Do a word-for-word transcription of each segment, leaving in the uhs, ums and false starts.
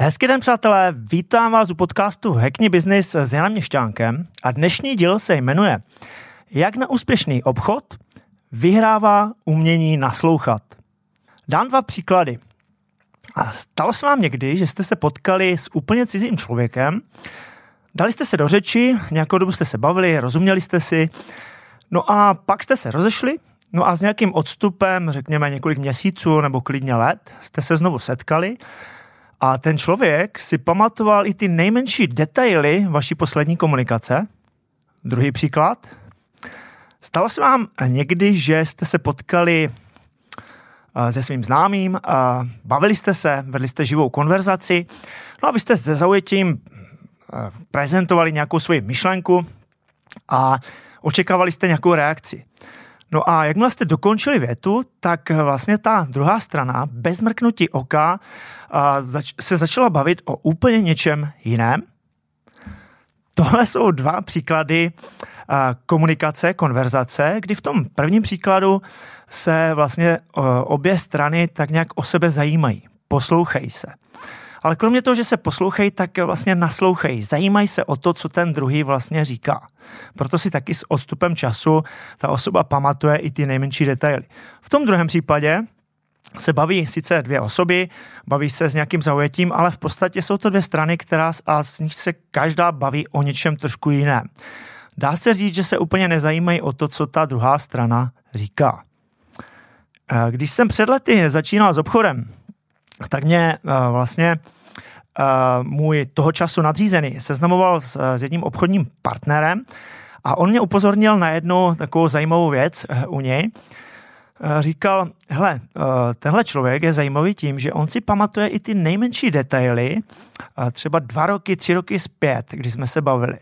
Hezký den, přátelé, vítám vás u podcastu Hackni Business s Janem Měšťánkem a dnešní díl se jmenuje Jak na úspěšný obchod vyhrává umění naslouchat. Dám dva příklady. A stalo se vám někdy, že jste se potkali s úplně cizím člověkem, dali jste se do řeči, nějakou dobu jste se bavili, rozuměli jste si, no a pak jste se rozešli, no a s nějakým odstupem, řekněme několik měsíců nebo klidně let, jste se znovu setkali a ten člověk si pamatoval i ty nejmenší detaily vaší poslední komunikace. Druhý příklad. Stalo se vám někdy, že jste se potkali se svým známým, bavili jste se, vedli jste živou konverzaci, no a vy jste se zaujetím prezentovali nějakou svoji myšlenku a očekávali jste nějakou reakci. No a jakmile jste dokončili větu, tak vlastně ta druhá strana bez mrknutí oka se začala bavit o úplně něčem jiném. Tohle jsou dva příklady komunikace, konverzace, kdy v tom prvním příkladu se vlastně obě strany tak nějak o sebe zajímají, poslouchají se. Ale kromě toho, že se poslouchají, tak vlastně naslouchají, zajímají se o to, co ten druhý vlastně říká. Proto si taky s odstupem času ta osoba pamatuje i ty nejmenší detaily. V tom druhém případě se baví sice dvě osoby, baví se s nějakým zaujetím, ale v podstatě jsou to dvě strany, která a z nich se každá baví o něčem trošku jiném. Dá se říct, že se úplně nezajímají o to, co ta druhá strana říká. Když jsem před lety začínal s obchodem, tak mě vlastně můj toho času nadřízený seznamoval s jedním obchodním partnerem a on mě upozornil na jednu takovou zajímavou věc u něj. Říkal, hele, tenhle člověk je zajímavý tím, že on si pamatuje i ty nejmenší detaily, třeba dva roky, tři roky zpět, když jsme se bavili.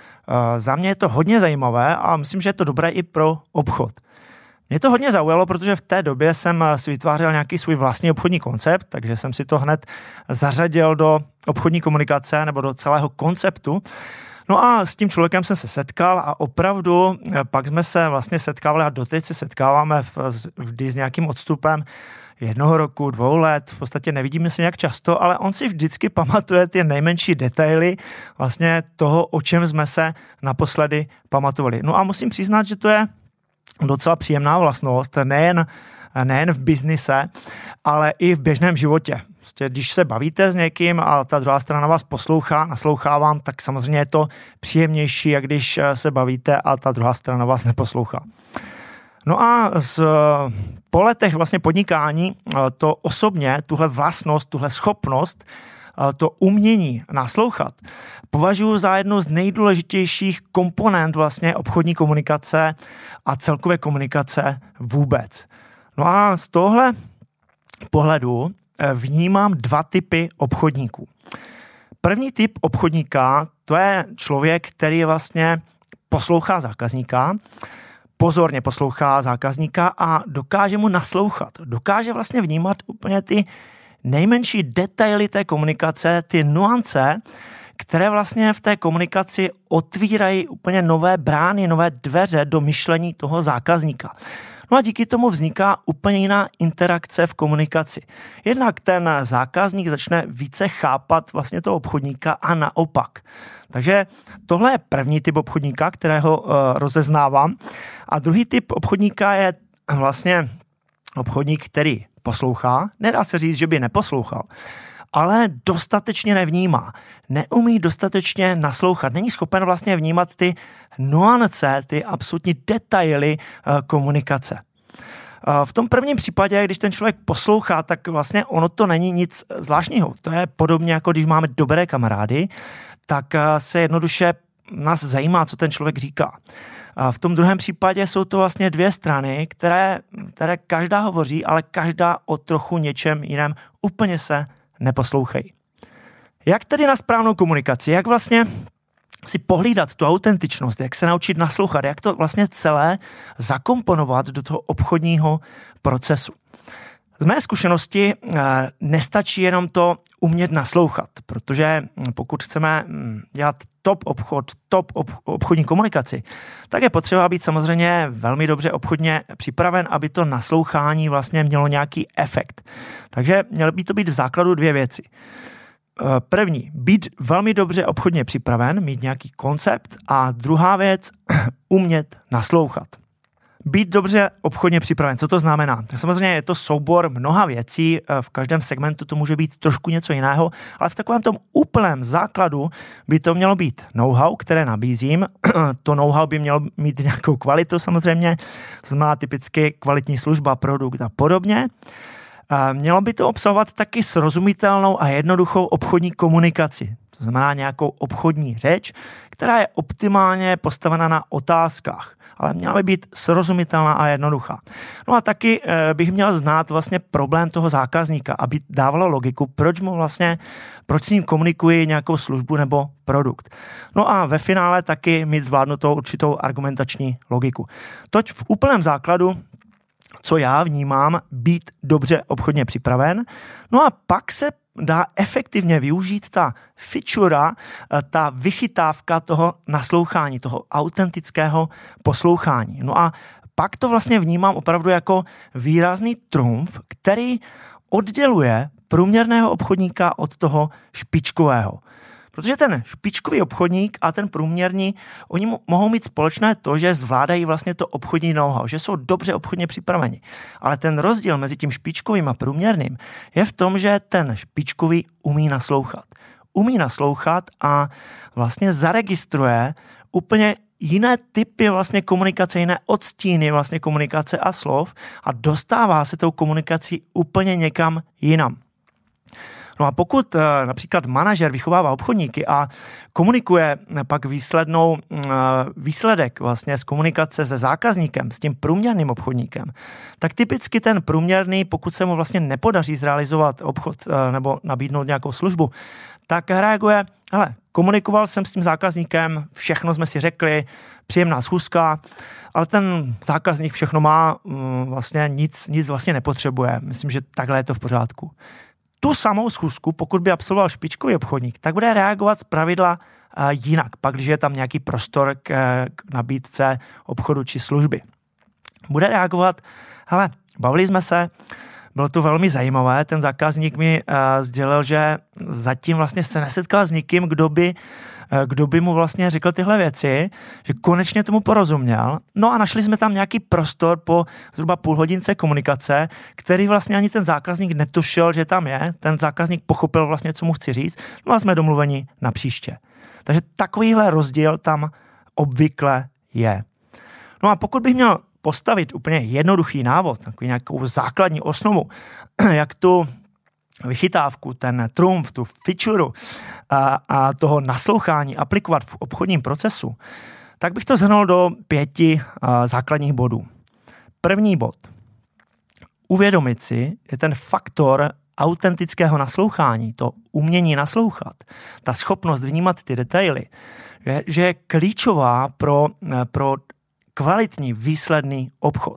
Za mě je to hodně zajímavé a myslím, že je to dobré i pro obchod. Mě to hodně zaujalo, protože v té době jsem si vytvářel nějaký svůj vlastní obchodní koncept, takže jsem si to hned zařadil do obchodní komunikace nebo do celého konceptu. No a s tím člověkem jsem se setkal a opravdu pak jsme se vlastně setkávali a doteď se setkáváme vždy s nějakým odstupem jednoho roku, dvou let, v podstatě nevidíme se nějak často, ale on si vždycky pamatuje ty nejmenší detaily vlastně toho, o čem jsme se naposledy pamatovali. No a musím přiznat, že to je docela příjemná vlastnost, nejen, nejen v biznise, ale i v běžném životě. Prostě, když se bavíte s někým a ta druhá strana vás poslouchá, naslouchá vám, tak samozřejmě je to příjemnější, jak když se bavíte a ta druhá strana vás neposlouchá. No a z, po letech vlastně podnikání to osobně, tuhle vlastnost, tuhle schopnost, to umění naslouchat považuji za jednu z nejdůležitějších komponent vlastně obchodní komunikace a celkové komunikace vůbec. No a z tohle pohledu vnímám dva typy obchodníků. První typ obchodníka, to je člověk, který vlastně poslouchá zákazníka, pozorně poslouchá zákazníka a dokáže mu naslouchat. Dokáže vlastně vnímat úplně ty nejmenší detaily té komunikace, ty nuance, které vlastně v té komunikaci otvírají úplně nové brány, nové dveře do myšlení toho zákazníka. No a díky tomu vzniká úplně jiná interakce v komunikaci. Jednak ten zákazník začne více chápat vlastně toho obchodníka a naopak. Takže tohle je první typ obchodníka, kterého uh, rozeznávám. A druhý typ obchodníka je vlastně obchodník, který poslouchá. Nedá se říct, že by neposlouchal, ale dostatečně nevnímá. Neumí dostatečně naslouchat. Není schopen vlastně vnímat ty nuance, ty absolutní detaily uh, komunikace. Uh, v tom prvním případě, když ten člověk poslouchá, tak vlastně ono to není nic zvláštního. To je podobně, jako když máme dobré kamarády, tak uh, se jednoduše nás zajímá, co ten člověk říká. A v tom druhém případě jsou to vlastně dvě strany, které, které každá hovoří, ale každá o trochu něčem jiném úplně se neposlouchají. Jak tedy na správnou komunikaci? Jak vlastně si pohlídat tu autentičnost? Jak se naučit naslouchat? Jak to vlastně celé zakomponovat do toho obchodního procesu? Z mé zkušenosti nestačí jenom to umět naslouchat, protože pokud chceme dělat top obchod, top obchodní komunikaci, tak je potřeba být samozřejmě velmi dobře obchodně připraven, aby to naslouchání vlastně mělo nějaký efekt. Takže měly by to být v základu dvě věci. První, být velmi dobře obchodně připraven, mít nějaký koncept a druhá věc, umět naslouchat. Být dobře obchodně připraven, co to znamená? Tak samozřejmě je to soubor mnoha věcí, v každém segmentu to může být trošku něco jiného, ale v takovém tom úplném základu by to mělo být know-how, které nabízím. To know-how by mělo mít nějakou kvalitu samozřejmě, to znamená typicky kvalitní služba, produkt a podobně. Mělo by to obsahovat taky srozumitelnou a jednoduchou obchodní komunikaci. To znamená nějakou obchodní řeč, která je optimálně postavena na otázkách, ale měla by být srozumitelná a jednoduchá. No a taky e, bych měl znát vlastně problém toho zákazníka, aby dávalo logiku, proč mu vlastně, proč s ním komunikuji nějakou službu nebo produkt. No a ve finále taky mít zvládnutou určitou argumentační logiku. Toť v úplném základu, co já vnímám, být dobře obchodně připraven. No a pak se dá efektivně využít ta feature, ta vychytávka toho naslouchání, toho autentického poslouchání. No a pak to vlastně vnímám opravdu jako výrazný trumf, který odděluje průměrného obchodníka od toho špičkového. Protože ten špičkový obchodník a ten průměrný, oni mohou mít společné to, že zvládají vlastně to obchodní know-how, že jsou dobře obchodně připraveni. Ale ten rozdíl mezi tím špičkovým a průměrným je v tom, že ten špičkový umí naslouchat. Umí naslouchat a vlastně zaregistruje úplně jiné typy vlastně komunikace, jiné odstíny vlastně komunikace a slov a dostává se tou komunikací úplně někam jinam. No a pokud například manažer vychovává obchodníky a komunikuje pak výslednou, výsledek vlastně z komunikace se zákazníkem, s tím průměrným obchodníkem, tak typicky ten průměrný, pokud se mu vlastně nepodaří zrealizovat obchod nebo nabídnout nějakou službu, tak reaguje, hele, komunikoval jsem s tím zákazníkem, všechno jsme si řekli, příjemná schůzka, ale ten zákazník všechno má, vlastně nic, nic vlastně nepotřebuje. Myslím, že takhle je to v pořádku. Tu samou schůzku, pokud by absolvoval špičkový obchodník, tak bude reagovat zpravidla uh, jinak, pak když je tam nějaký prostor k, k nabídce obchodu či služby. Bude reagovat, hele, bavili jsme se, bylo to velmi zajímavé, ten zákazník mi uh, sdělil, že zatím vlastně se nesetkal s nikým, kdo by, uh, kdo by mu vlastně řekl tyhle věci, že konečně tomu porozuměl. No a našli jsme tam nějaký prostor po zhruba půl hodince komunikace, který vlastně ani ten zákazník netušil, že tam je. Ten zákazník pochopil vlastně, co mu chci říct. No a jsme domluveni na příště. Takže takovýhle rozdíl tam obvykle je. No a pokud bych měl postavit úplně jednoduchý návod, takový nějakou základní osnovu, jak tu vychytávku, ten trumf, tu feature a, a toho naslouchání aplikovat v obchodním procesu, tak bych to shrnul do pěti a, základních bodů. První bod. Uvědomit si, že ten faktor autentického naslouchání, to umění naslouchat, ta schopnost vnímat ty detaily, že, že je klíčová pro, pro kvalitní výsledný obchod.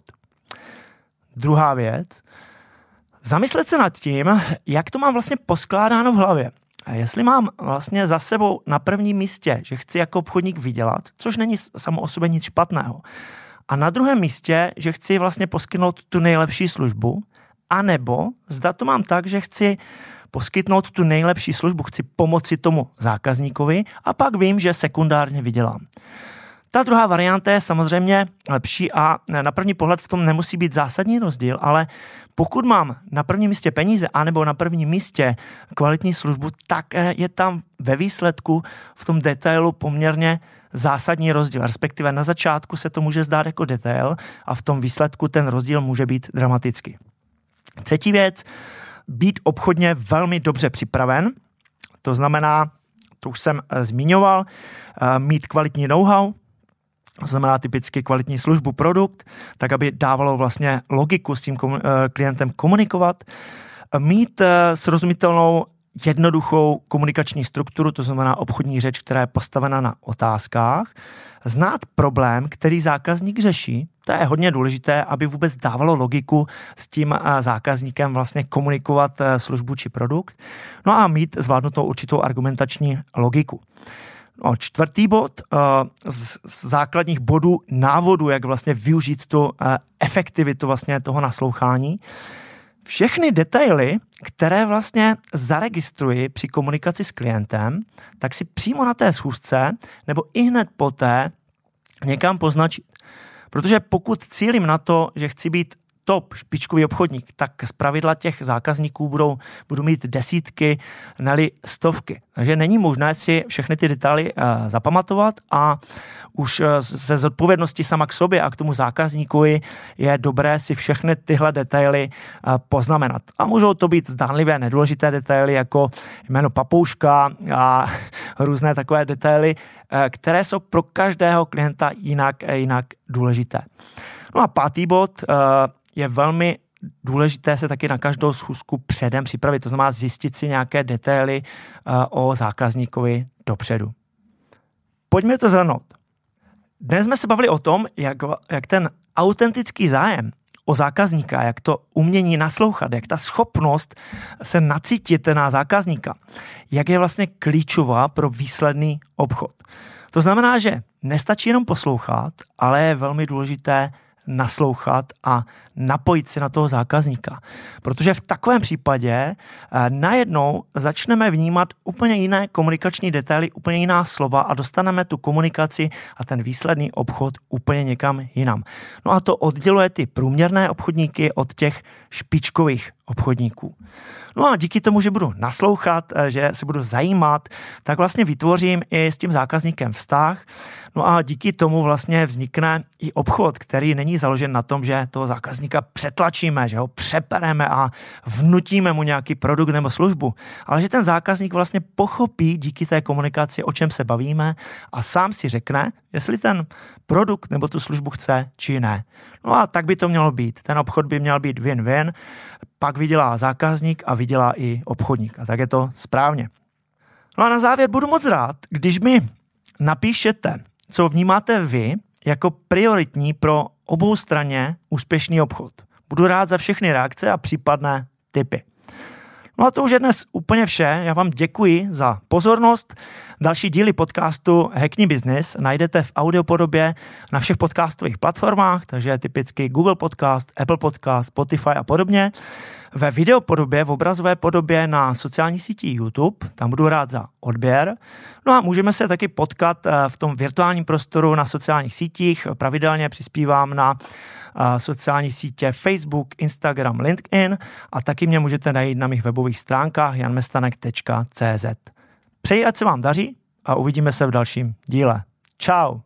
Druhá věc, zamyslet se nad tím, jak to mám vlastně poskládáno v hlavě. A jestli mám vlastně za sebou na prvním místě, že chci jako obchodník vydělat, což není samo o sobě nic špatného, a na druhém místě, že chci vlastně poskytnout tu nejlepší službu, anebo zda to mám tak, že chci poskytnout tu nejlepší službu, chci pomoci tomu zákazníkovi a pak vím, že sekundárně vydělám. Ta druhá varianta je samozřejmě lepší a na první pohled v tom nemusí být zásadní rozdíl, ale pokud mám na prvním místě peníze anebo na prvním místě kvalitní službu, tak je tam ve výsledku v tom detailu poměrně zásadní rozdíl. Respektive na začátku se to může zdát jako detail a v tom výsledku ten rozdíl může být dramatický. Třetí věc, být obchodně velmi dobře připraven, to znamená, to už jsem zmiňoval, mít kvalitní know-how, to znamená typicky kvalitní službu, produkt, tak aby dávalo vlastně logiku s tím klientem komunikovat, mít srozumitelnou jednoduchou komunikační strukturu, to znamená obchodní řeč, která je postavena na otázkách, znát problém, který zákazník řeší, to je hodně důležité, aby vůbec dávalo logiku s tím zákazníkem vlastně komunikovat službu či produkt, no a mít zvládnutou určitou argumentační logiku. No, čtvrtý bod z základních bodů návodu, jak vlastně využít tu efektivitu vlastně toho naslouchání. Všechny detaily, které vlastně zaregistruji při komunikaci s klientem, tak si přímo na té schůzce nebo i hned poté někam poznačit. Protože pokud cílím na to, že chci být top špičkový obchodník, tak zpravidla těch zákazníků budou, budu mít desítky, ne-li stovky. Takže není možné si všechny ty detaily uh, zapamatovat a už uh, ze zodpovědnosti sama k sobě a k tomu zákazníkovi je dobré si všechny tyhle detaily uh, poznamenat. A můžou to být zdánlivě nedůležité detaily jako jméno papouška a různé takové detaily, uh, které jsou pro každého klienta jinak, jinak důležité. No a pátý bod, uh, je velmi důležité se taky na každou schůzku předem připravit, to znamená zjistit si nějaké detaily o zákazníkovi dopředu. Pojďme to shrnout. Dnes jsme se bavili o tom, jak, jak ten autentický zájem o zákazníka, jak to umění naslouchat, jak ta schopnost se nacítit na zákazníka, jak je vlastně klíčová pro výsledný obchod. To znamená, že nestačí jenom poslouchat, ale je velmi důležité naslouchat a napojit se na toho zákazníka. Protože v takovém případě najednou začneme vnímat úplně jiné komunikační detaily, úplně jiná slova a dostaneme tu komunikaci a ten výsledný obchod úplně někam jinam. No a to odděluje ty průměrné obchodníky od těch špičkových obchodníků. No a díky tomu, že budu naslouchat, že se budu zajímat, tak vlastně vytvořím i s tím zákazníkem vztah. No a díky tomu vlastně vznikne i obchod, který není založen na tom, že toho zákazníka přetlačíme, že ho přepereme a vnutíme mu nějaký produkt nebo službu, ale že ten zákazník vlastně pochopí díky té komunikaci, o čem se bavíme a sám si řekne, jestli ten produkt nebo tu službu chce, či ne. No a tak by to mělo být. Ten obchod by měl být win-win, pak vydělá zákazník a vydělá i obchodník. A tak je to správně. No a na závěr budu moc rád, když mi napíšete, co vnímáte vy jako prioritní pro oboustranně úspěšný obchod. Budu rád za všechny reakce a případné tipy. No a to už je dnes úplně vše. Já vám děkuji za pozornost. Další díly podcastu Hackni Business najdete v audiopodobě na všech podcastových platformách, takže typicky Google Podcast, Apple Podcast, Spotify a podobně. Ve videopodobě, v obrazové podobě na sociální síti YouTube, tam budu rád za odběr. No a můžeme se taky potkat v tom virtuálním prostoru na sociálních sítích. Pravidelně přispívám na sociální sítě Facebook, Instagram, LinkedIn a taky mě můžete najít na mých webových stránkách jan mestanek tečka cé zet. Přeji, ať se vám daří a uvidíme se v dalším díle. Čau!